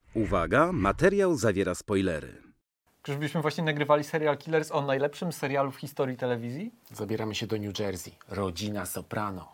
Uwaga, materiał zawiera spoilery. Czyżbyśmy właśnie nagrywali serial Killers o najlepszym serialu w historii telewizji? Zabieramy się do New Jersey. Rodzina Soprano.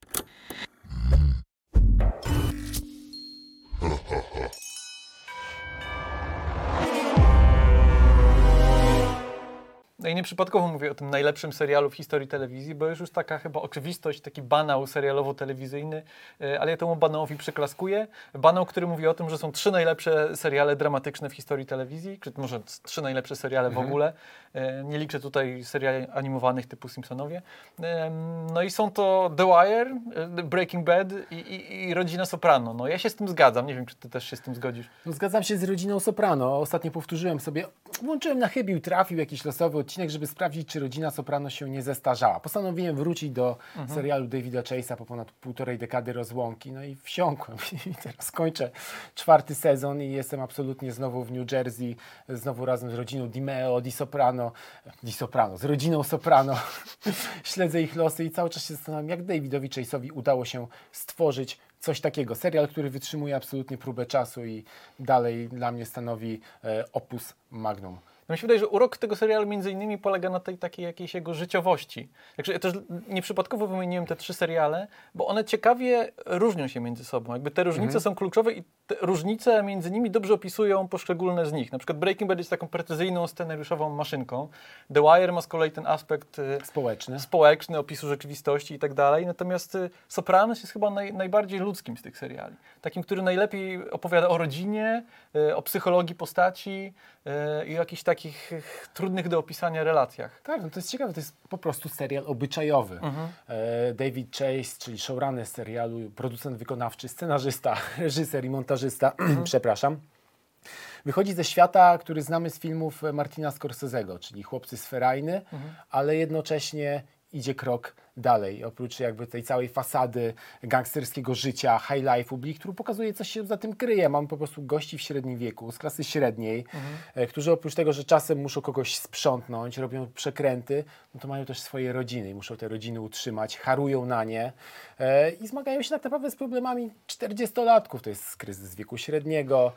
No i nieprzypadkowo mówię o tym najlepszym serialu w historii telewizji, bo już taka chyba oczywistość, taki banał serialowo-telewizyjny, ale ja temu banałowi przyklaskuję. Banał, który mówi o tym, że są 3 najlepsze seriale dramatyczne w historii telewizji, czy może 3 najlepsze seriale w ogóle. Nie liczę tutaj seriali animowanych typu Simpsonowie. No i są to The Wire, Breaking Bad i Rodzina Soprano. No ja się z tym zgadzam, nie wiem, czy ty też się z tym zgodzisz. No, zgadzam się z Rodziną Soprano. Ostatnio powtórzyłem sobie, włączyłem na chybił, trafił jakiś losowy odcinek, żeby sprawdzić, czy Rodzina Soprano się nie zestarzała. Postanowiłem wrócić do serialu Davida Chase'a po ponad 1,5 dekady rozłąki. No i wsiąkłem. I teraz kończę 4. sezon i jestem absolutnie znowu w New Jersey, znowu razem z rodziną Di Soprano, z rodziną Soprano. Śledzę ich losy i cały czas się zastanawiam, jak Davidowi Chase'owi udało się stworzyć coś takiego. Serial, który wytrzymuje absolutnie próbę czasu i dalej dla mnie stanowi opus magnum. No mi się wydaje, że urok tego serialu między innymi polega na tej takiej jakiejś jego życiowości. Także ja też nieprzypadkowo wymieniłem te 3 seriale, bo one ciekawie różnią się między sobą. Jakby te różnice są kluczowe i te różnice między nimi dobrze opisują poszczególne z nich. Na przykład Breaking Bad jest taką precyzyjną scenariuszową maszynką. The Wire ma z kolei ten aspekt społeczny opisu rzeczywistości i tak dalej. Natomiast Sopranos jest chyba najbardziej ludzkim z tych seriali. Takim, który najlepiej opowiada o rodzinie, o psychologii postaci i o jakichś takich trudnych do opisania relacjach. Tak, no to jest ciekawe, to jest po prostu serial obyczajowy. David Chase, czyli showrunner serialu, producent wykonawczy, scenarzysta, reżyser i montażysta, przepraszam, wychodzi ze świata, który znamy z filmów Martina Scorsese'ego, czyli Chłopcy z Ferajny, ale jednocześnie idzie krok dalej. Oprócz jakby tej całej fasady gangsterskiego życia, high life'u, Blik, pokazuje, co się za tym kryje. Mamy po prostu gości w średnim wieku, z klasy średniej, którzy oprócz tego, że czasem muszą kogoś sprzątnąć, robią przekręty, no to mają też swoje rodziny i muszą te rodziny utrzymać, harują na nie i zmagają się tak naprawdę z problemami 40-latków. To jest kryzys wieku średniego,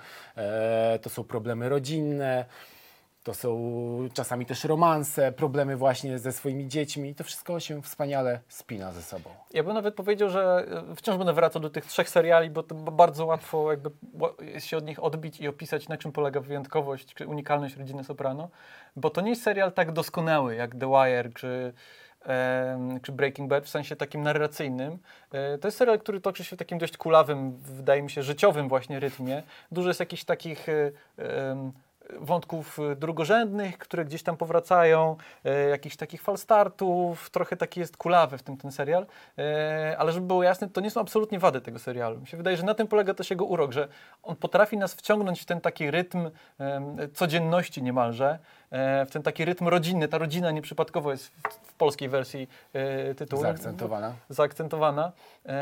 to są problemy rodzinne, to są czasami też romanse, problemy właśnie ze swoimi dziećmi i to wszystko się wspaniale spina ze sobą. Ja bym nawet powiedział, że wciąż będę wracał do tych 3 seriali, bo to bardzo łatwo jakby jest się od nich odbić i opisać, na czym polega wyjątkowość czy unikalność Rodziny Soprano, bo to nie jest serial tak doskonały jak The Wire czy Breaking Bad w sensie takim narracyjnym. To jest serial, który toczy się w takim dość kulawym, wydaje mi się, życiowym właśnie rytmie. Dużo jest jakichś takich wątków drugorzędnych, które gdzieś tam powracają, jakichś takich falstartów, trochę taki jest kulawy w tym ten serial, ale żeby było jasne, to nie są absolutnie wady tego serialu. Mi się wydaje, że na tym polega też jego urok, że on potrafi nas wciągnąć w ten taki rytm codzienności niemalże, w ten taki rytm rodzinny. Ta rodzina nieprzypadkowo jest w polskiej wersji tytułu. Zaakcentowana.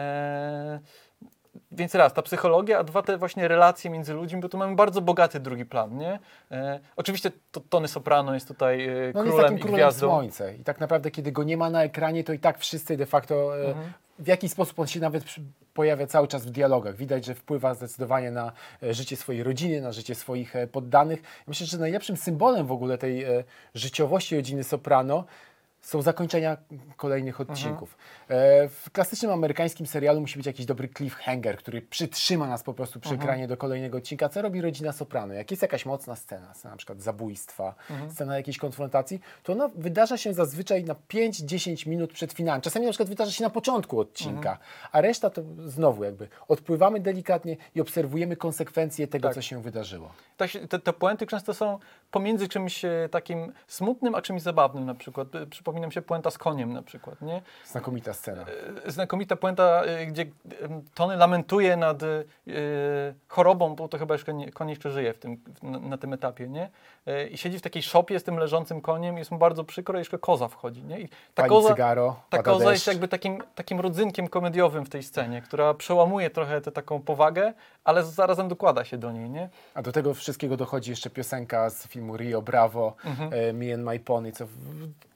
Więc raz, ta psychologia, a 2 te właśnie relacje między ludźmi, bo tu mamy bardzo bogaty drugi plan, nie? Oczywiście Tony Soprano jest tutaj królem i gwiazdą. Słońce. I tak naprawdę, kiedy go nie ma na ekranie, to i tak wszyscy de facto w jakiś sposób on się nawet pojawia cały czas w dialogach. Widać, że wpływa zdecydowanie na życie swojej rodziny, na życie swoich poddanych. Myślę, że najlepszym symbolem w ogóle tej życiowości Rodziny Soprano są zakończenia kolejnych odcinków. W klasycznym amerykańskim serialu musi być jakiś dobry cliffhanger, który przytrzyma nas po prostu przy ekranie do kolejnego odcinka. Co robi Rodzina Soprano? Jak jest jakaś mocna scena na przykład zabójstwa, scena jakiejś konfrontacji, to ona wydarza się zazwyczaj na 5-10 minut przed finałem. Czasami na przykład wydarza się na początku odcinka, a reszta to znowu jakby odpływamy delikatnie i obserwujemy konsekwencje tego, co się wydarzyło. Te puenty często są pomiędzy czymś takim smutnym, a czymś zabawnym na przykład. Przypomina mi się puenta z koniem na przykład, nie? Znakomita scena. Znakomita puenta, gdzie Tony lamentuje nad chorobą, bo to chyba jeszcze koń jeszcze żyje na tym etapie, nie? I siedzi w takiej szopie z tym leżącym koniem, jest mu bardzo przykro, i jeszcze koza wchodzi, nie? I ta koza jest jakby takim rodzynkiem komediowym w tej scenie, która przełamuje trochę tę taką powagę, ale zarazem dokłada się do niej, nie? A do tego wszystkiego dochodzi jeszcze piosenka z filmu Rio Bravo, Me and My Pony, to jest kolejny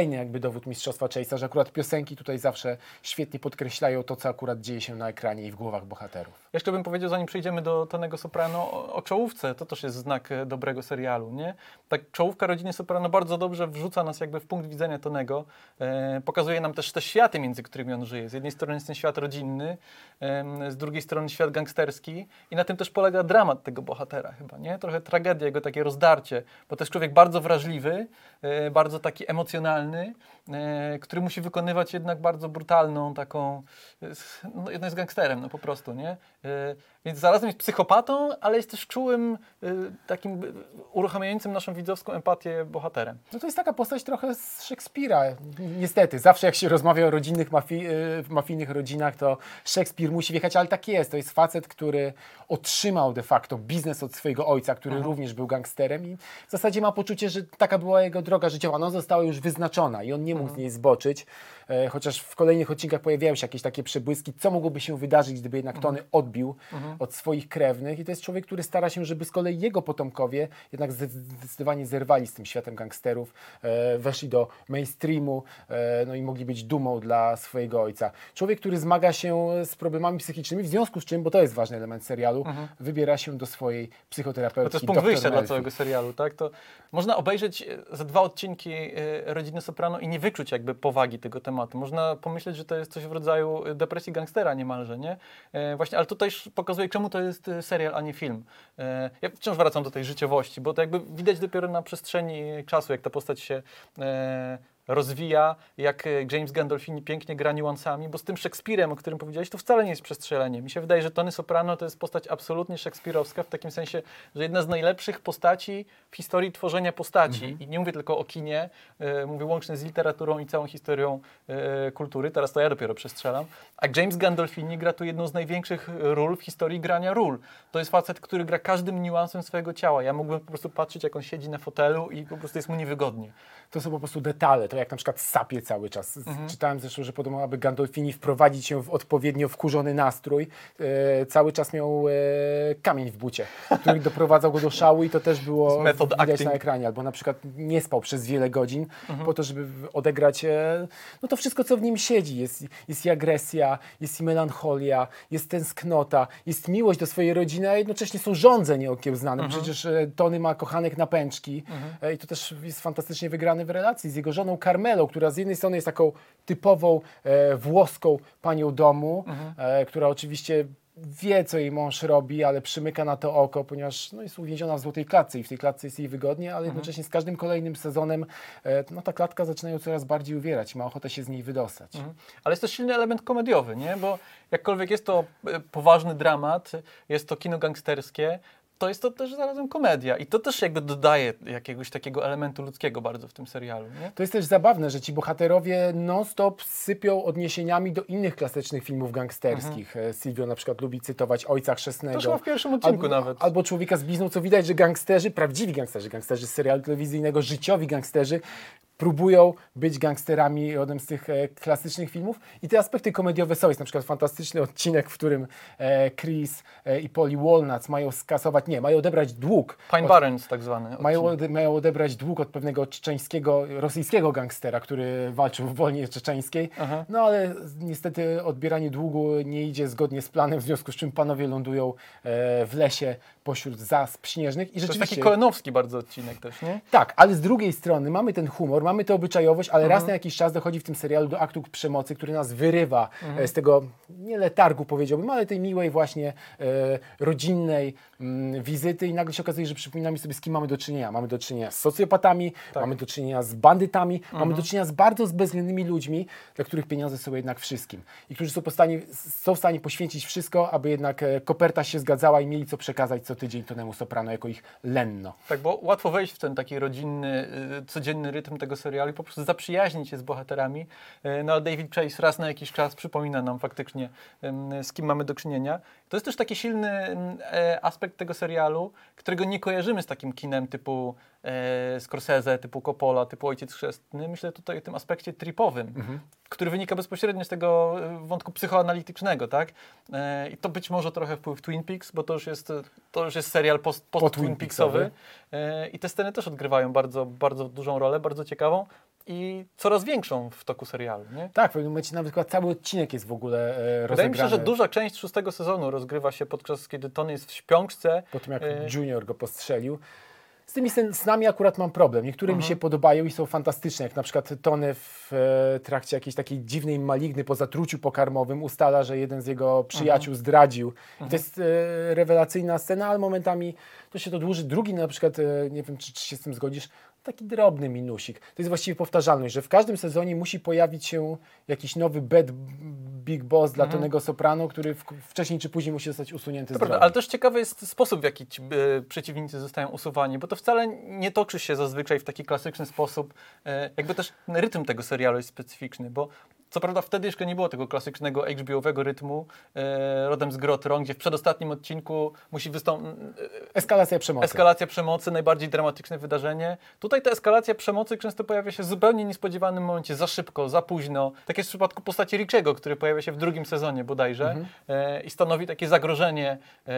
kolejny jakby dowód mistrzostwa Chase'a, że akurat piosenki tutaj zawsze świetnie podkreślają to, co akurat dzieje się na ekranie i w głowach bohaterów. Jeszcze bym powiedział, zanim przejdziemy do Tonego Soprano, o czołówce. To też jest znak dobrego serialu, nie? Tak, czołówka rodziny Soprano bardzo dobrze wrzuca nas jakby w punkt widzenia Tonego. Pokazuje nam też te światy, między którymi on żyje. Z jednej strony jest ten świat rodzinny, z drugiej strony świat gangsterski i na tym też polega dramat tego bohatera chyba, nie? Trochę tragedia, jego takie rozdarcie, bo to jest człowiek bardzo wrażliwy, bardzo taki emocjonalny, który musi wykonywać jednak bardzo brutalną taką, no jednak jest gangsterem, no po prostu, nie? Więc zarazem jest psychopatą, ale jest też czułym, takim uruchamiającym naszą widzowską empatię bohaterem. No to jest taka postać trochę z Szekspira. Niestety, zawsze jak się rozmawia o rodzinnych, mafijnych rodzinach, to Szekspir musi wjechać, ale tak jest. To jest facet, który otrzymał de facto biznes od swojego ojca, który również był gangsterem i w zasadzie ma poczucie, że taka była jego droga życiowa. Ona została już wyznaczona i on nie mógł z niej zboczyć. Chociaż w kolejnych odcinkach pojawiają się jakieś takie przebłyski, co mogłoby się wydarzyć, gdyby jednak Tony odbił od swoich krewnych. I to jest człowiek, który stara się, żeby z kolei jego potomkowie jednak zdecydowanie zerwali z tym światem gangsterów, weszli do mainstreamu, no i mogli być dumą dla swojego ojca. Człowiek, który zmaga się z problemami psychicznymi, w związku z czym, bo to jest ważny element serialu, wybiera się do swojej psychoterapeutki. To jest punkt wyjścia dla całego serialu, tak? To można obejrzeć ze 2 odcinki Rodziny Soprano i nie wyczuć jakby powagi tego tematu. Można pomyśleć, że to jest coś w rodzaju depresji gangstera niemalże, nie? Właśnie, ale to też pokazuje, czemu to jest serial, a nie film. Ja wciąż wracam do tej życiowości, bo to jakby widać dopiero na przestrzeni czasu, jak ta postać się rozwija, jak James Gandolfini pięknie gra niuansami, bo z tym Szekspirem, o którym powiedziałeś, to wcale nie jest przestrzelenie. Mi się wydaje, że Tony Soprano to jest postać absolutnie szekspirowska, w takim sensie, że jedna z najlepszych postaci w historii tworzenia postaci. I nie mówię tylko o kinie, mówię łącznie z literaturą i całą historią kultury. Teraz to ja dopiero przestrzelam. A James Gandolfini gra tu jedną z największych ról w historii grania ról. To jest facet, który gra każdym niuansem swojego ciała. Ja mógłbym po prostu patrzeć, jak on siedzi na fotelu i po prostu jest mu niewygodnie. To są po prostu detale, to jak na przykład sapie cały czas. Czytałem zresztą, że podobno, aby Gandolfini wprowadzić się w odpowiednio wkurzony nastrój, cały czas miał kamień w bucie, który doprowadzał go do szału i to też było widać na ekranie. Albo na przykład nie spał przez wiele godzin po to, żeby odegrać no to wszystko, co w nim siedzi. Jest i agresja, jest i melancholia, jest tęsknota, jest miłość do swojej rodziny, a jednocześnie są żądze nieokiełznane. Przecież Tony ma kochanek na pęczki i to też jest fantastycznie wygrane w relacji z jego żoną Carmelą, która z jednej strony jest taką typową włoską panią domu, która oczywiście wie, co jej mąż robi, ale przymyka na to oko, ponieważ no, jest uwięziona w złotej klatce i w tej klatce jest jej wygodnie, ale jednocześnie z każdym kolejnym sezonem no, ta klatka zaczyna ją coraz bardziej uwierać i ma ochotę się z niej wydostać. Ale jest też silny element komediowy, nie? Bo jakkolwiek jest to poważny dramat, jest to kino gangsterskie, to jest to też zarazem komedia i to też jakby dodaje jakiegoś takiego elementu ludzkiego bardzo w tym serialu, nie? To jest też zabawne, że ci bohaterowie non-stop sypią odniesieniami do innych klasycznych filmów gangsterskich. Silvio na przykład lubi cytować Ojca Chrzestnego. To chyba w pierwszym odcinku nawet. Albo Człowieka z blizną, co widać, że gangsterzy, prawdziwi gangsterzy z serialu telewizyjnego, życiowi gangsterzy, próbują być gangsterami rodem z tych klasycznych filmów i te aspekty komediowe są. Jest na przykład fantastyczny odcinek, w którym Chris i Polly Walnuts mają odebrać dług. Pine Barrens tak zwany. Mają odebrać dług od pewnego rosyjskiego gangstera, który walczył w wojnie czeczeńskiej. No ale niestety odbieranie długu nie idzie zgodnie z planem, w związku z czym panowie lądują w lesie pośród zasp śnieżnych. I rzeczywiście... To jest taki koenowski bardzo odcinek też, nie? Tak, ale z drugiej strony mamy ten humor, mamy tę obyczajowość, ale raz na jakiś czas dochodzi w tym serialu do aktu przemocy, który nas wyrywa z tego, nie letargu powiedziałbym, ale tej miłej właśnie rodzinnej wizyty i nagle się okazuje, że przypominamy sobie, z kim mamy do czynienia. Mamy do czynienia z socjopatami, mamy do czynienia z bandytami, mamy do czynienia z bardzo bezwzględnymi ludźmi, dla których pieniądze są jednak wszystkim i którzy są w stanie poświęcić wszystko, aby jednak koperta się zgadzała i mieli co przekazać co tydzień Tonemu Soprano jako ich lenno. Tak, bo łatwo wejść w ten taki rodzinny, codzienny rytm tego serialu i po prostu zaprzyjaźnić się z bohaterami. No ale David Chase raz na jakiś czas przypomina nam faktycznie, z kim mamy do czynienia. To jest też taki silny aspekt tego serialu, którego nie kojarzymy z takim kinem typu Scorsese, typu Coppola, typu Ojciec Chrzestny. Myślę tutaj o tym aspekcie tripowym, który wynika bezpośrednio z tego wątku psychoanalitycznego, tak? I to być może trochę wpływ Twin Peaks, bo to już jest serial post-Twin Peaksowy. I te sceny też odgrywają bardzo, bardzo dużą rolę, bardzo ciekawą. i coraz większą w toku serialu, nie? Tak, w pewnym momencie na przykład cały odcinek jest w ogóle rozegrany. Wydaje mi się, że duża część 6. sezonu rozgrywa się podczas kiedy Tony jest w śpiączce. Po tym jak Junior go postrzelił. Z tymi snami akurat mam problem. Niektóre mi się podobają i są fantastyczne, jak na przykład Tony w trakcie jakiejś takiej dziwnej maligny po zatruciu pokarmowym ustala, że jeden z jego przyjaciół zdradził. I to jest rewelacyjna scena, ale momentami to się to dłuży. Drugi na przykład, nie wiem czy się z tym zgodzisz, taki drobny minusik. To jest właściwie powtarzalność, że w każdym sezonie musi pojawić się jakiś nowy big boss dla Tonego Soprano, który wcześniej czy później musi zostać usunięty z drogi. Ale też ciekawy jest sposób, w jaki przeciwnicy zostają usuwani, bo to wcale nie toczy się zazwyczaj w taki klasyczny sposób. Jakby też rytm tego serialu jest specyficzny, bo co prawda wtedy jeszcze nie było tego klasycznego HBO-owego rytmu rodem z Gry o Tron, gdzie w przedostatnim odcinku musi wystąpić eskalacja przemocy, najbardziej dramatyczne wydarzenie. Tutaj ta eskalacja przemocy często pojawia się w zupełnie niespodziewanym momencie, za szybko, za późno. Tak jest w przypadku postaci Richiego, który pojawia się w 2. sezonie bodajże i stanowi takie zagrożenie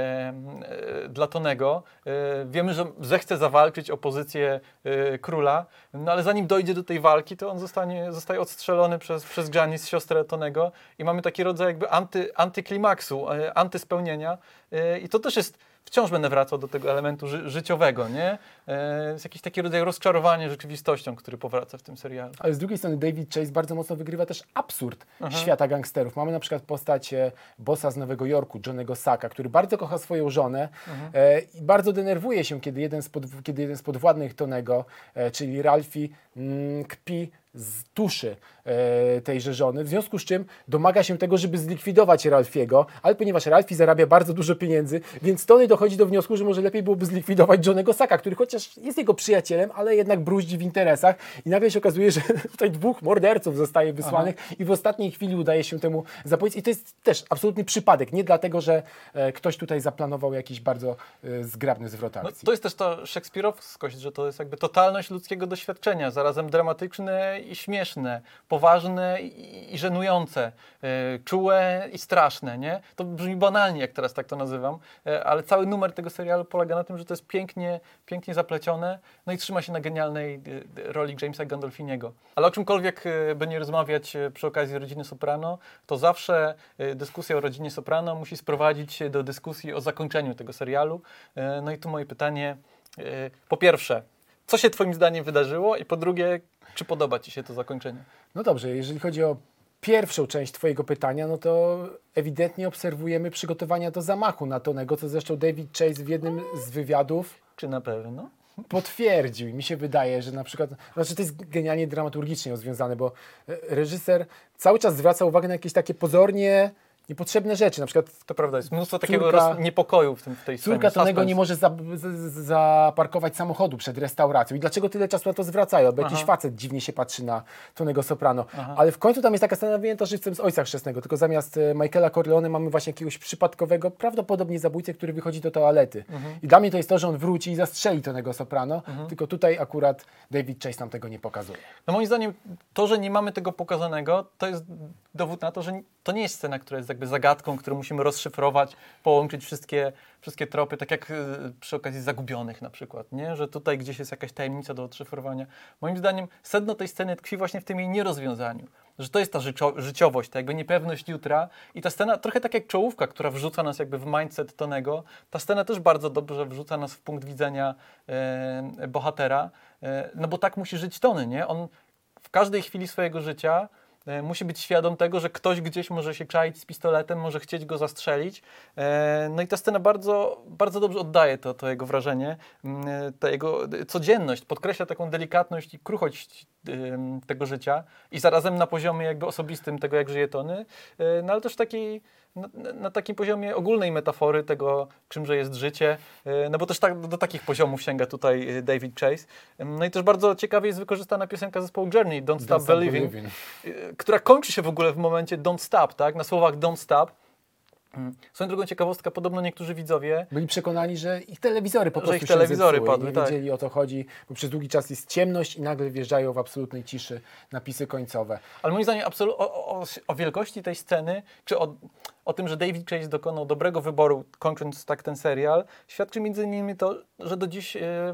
dla Tonego. Wiemy, że zechce zawalczyć o pozycję króla, no ale zanim dojdzie do tej walki, to on zostaje odstrzelony przez Janice, siostrę Tonego i mamy taki rodzaj jakby antyklimaksu, antyspełnienia i to też jest, wciąż będę wracał do tego elementu życiowego, nie? Jest jakiś taki rodzaj rozczarowania rzeczywistością, który powraca w tym serialu. Ale z drugiej strony David Chase bardzo mocno wygrywa też absurd świata gangsterów. Mamy na przykład postać bossa z Nowego Jorku, Johnnego Sacka, który bardzo kocha swoją żonę i bardzo denerwuje się, kiedy jeden z podwładnych Tonego, czyli Ralphie, kpi z tuszy tejże żony, w związku z czym domaga się tego, żeby zlikwidować Ralphiego, ale ponieważ Ralphie zarabia bardzo dużo pieniędzy, więc Tony dochodzi do wniosku, że może lepiej byłoby zlikwidować Johnnego Sacka, który chociaż jest jego przyjacielem, ale jednak bruździ w interesach i nagle się okazuje, że tutaj 2 morderców zostaje wysłanych i w ostatniej chwili udaje się temu zapobiec. I to jest też absolutny przypadek, nie dlatego, że ktoś tutaj zaplanował jakiś bardzo zgrabny zwrot akcji. No, to jest też ta szekspirowskość, że to jest jakby totalność ludzkiego doświadczenia, zarazem dramatyczne i śmieszne, poważne i żenujące, czułe i straszne, nie? To brzmi banalnie, jak teraz tak to nazywam, ale cały numer tego serialu polega na tym, że to jest pięknie zaplecione, no i trzyma się na genialnej roli Jamesa Gandolfiniego. Ale o czymkolwiek by nie rozmawiać przy okazji Rodziny Soprano, to zawsze dyskusja o Rodzinie Soprano musi sprowadzić się do dyskusji o zakończeniu tego serialu. No i tu moje pytanie, po pierwsze, co się twoim zdaniem wydarzyło i po drugie, czy podoba ci się to zakończenie? No dobrze, jeżeli chodzi o pierwszą część twojego pytania, no to ewidentnie obserwujemy przygotowania do zamachu na Tonego, co zresztą David Chase w jednym z wywiadów Czy na pewno? potwierdził. I mi się wydaje, że na przykład, znaczy to jest genialnie dramaturgicznie rozwiązane, bo reżyser cały czas zwraca uwagę na jakieś takie pozornie niepotrzebne rzeczy, na przykład To prawda, jest mnóstwo takiego niepokoju w tej scenie. córka Tonego Suspense. nie może zaparkować samochodu przed restauracją. I dlaczego tyle czasu na to zwracają? Bo jakiś facet dziwnie się patrzy na Tonego Soprano. Ale w końcu tam jest taka scena wyjęta żywcem z Ojca Chrzestnego, tylko zamiast Michaela Corleone mamy właśnie jakiegoś przypadkowego, prawdopodobnie zabójcę, który wychodzi do toalety. I dla mnie to jest to, że on wróci i zastrzeli Tonego Soprano, tylko tutaj akurat David Chase nam tego nie pokazuje. No moim zdaniem to, że nie mamy tego pokazanego, to jest dowód na to, że to nie jest scena, która jest jakby zagadką, którą musimy rozszyfrować, połączyć wszystkie tropy, tak jak przy okazji Zagubionych na przykład, nie? Że tutaj gdzieś jest jakaś tajemnica do odszyfrowania. Moim zdaniem sedno tej sceny tkwi właśnie w tym jej nierozwiązaniu. Że to jest ta życiowość, ta jakby niepewność jutra i ta scena, trochę tak jak Czołówka, która wrzuca nas jakby w mindset Tonego, ta scena też bardzo dobrze wrzuca nas w punkt widzenia bohatera, no bo tak musi żyć Tony, nie? On w każdej chwili swojego życia musi być świadom tego, że ktoś gdzieś może się czaić z pistoletem, może chcieć go zastrzelić. No i ta scena bardzo, bardzo dobrze oddaje to jego wrażenie, ta jego codzienność, podkreśla taką delikatność i kruchość tego życia i zarazem na poziomie jakby osobistym tego, jak żyje Tony, no ale też na takim poziomie ogólnej metafory tego, czymże jest życie, no bo też do takich poziomów sięga tutaj David Chase. No i też bardzo ciekawie jest wykorzystana piosenka zespołu Journey, Don't Stop Believing, która kończy się w ogóle w momencie Don't Stop, tak? Na słowach Don't Stop. Swoją drugą ciekawostka, podobno niektórzy widzowie byli przekonani, że ich telewizory po Że prostu ich się telewizory zepsuły padły, i nie tak. wiedzieli o co chodzi, bo przez długi czas jest ciemność i nagle wjeżdżają w absolutnej ciszy napisy końcowe. Ale moim zdaniem o wielkości tej sceny, czy o tym, że David Chase dokonał dobrego wyboru, kończąc tak ten serial, świadczy między innymi to, że do dziś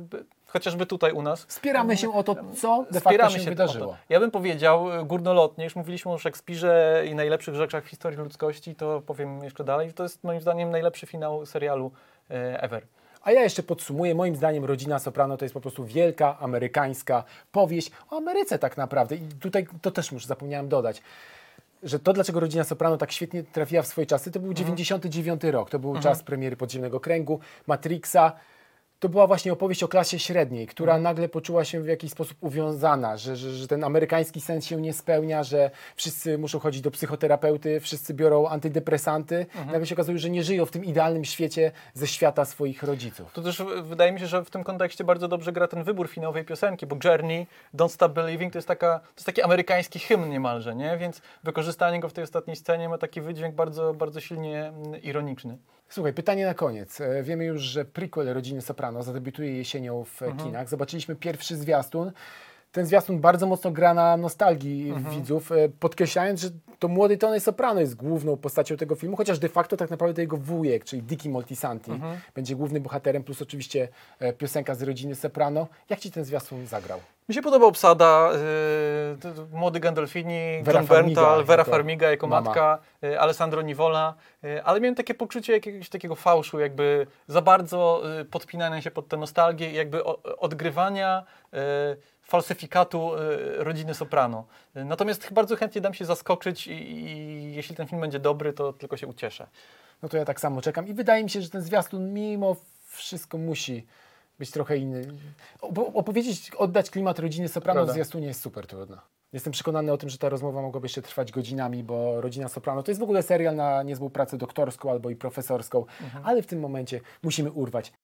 chociażby tutaj u nas. Wspieramy się o to, co de facto Wspieramy się o wydarzyło. to. Ja bym powiedział górnolotnie, już mówiliśmy o Szekspirze i najlepszych rzeczach w historii ludzkości, to powiem jeszcze dalej. To jest moim zdaniem najlepszy finał serialu ever. A ja jeszcze podsumuję, moim zdaniem Rodzina Soprano to jest po prostu wielka amerykańska powieść o Ameryce tak naprawdę. I tutaj to też już zapomniałem dodać, że to, dlaczego Rodzina Soprano tak świetnie trafiła w swoje czasy, to był 99 rok, to był czas premiery Podziemnego Kręgu, Matrixa. To była właśnie opowieść o klasie średniej, która nagle poczuła się w jakiś sposób uwiązana, że ten amerykański sen się nie spełnia, że wszyscy muszą chodzić do psychoterapeuty, wszyscy biorą antydepresanty. Nagle się okazuje, że nie żyją w tym idealnym świecie ze świata swoich rodziców. To też wydaje mi się, że w tym kontekście bardzo dobrze gra ten wybór finałowej piosenki, bo Journey, Don't Stop Believing to jest taki amerykański hymn niemalże, nie? Więc wykorzystanie go w tej ostatniej scenie ma taki wydźwięk bardzo, bardzo silnie ironiczny. Słuchaj, pytanie na koniec. Wiemy już, że prequel Rodziny Soprano zadebiutuje jesienią w kinach. Zobaczyliśmy pierwszy zwiastun. Ten zwiastun bardzo mocno gra na nostalgii widzów, podkreślając, że to młody Tony Soprano jest główną postacią tego filmu, chociaż de facto tak naprawdę to jego wujek, czyli Dicky Moltisanti, będzie głównym bohaterem, plus oczywiście piosenka z Rodziny Soprano. Jak Ci ten zwiastun zagrał? Mi się podoba obsada, młody Gandolfini, Vera John Berntal, Farmiga Vera jako Farmiga jako mama. matka, Alessandro Nivola, ale miałem takie poczucie jakiegoś takiego fałszu, jakby za bardzo podpinania się pod tę nostalgię i jakby odgrywania falsyfikatu Rodziny Soprano. Natomiast bardzo chętnie dam się zaskoczyć i jeśli ten film będzie dobry, to tylko się ucieszę. No to ja tak samo czekam i wydaje mi się, że ten zwiastun mimo wszystko musi być trochę inny. Oddać klimat Rodziny Soprano Prawda. w zwiastunie jest super trudno. Jestem przekonany o tym, że ta rozmowa mogłaby jeszcze trwać godzinami, bo Rodzina Soprano to jest w ogóle serial na niezłą pracę doktorską albo i profesorską, ale w tym momencie musimy urwać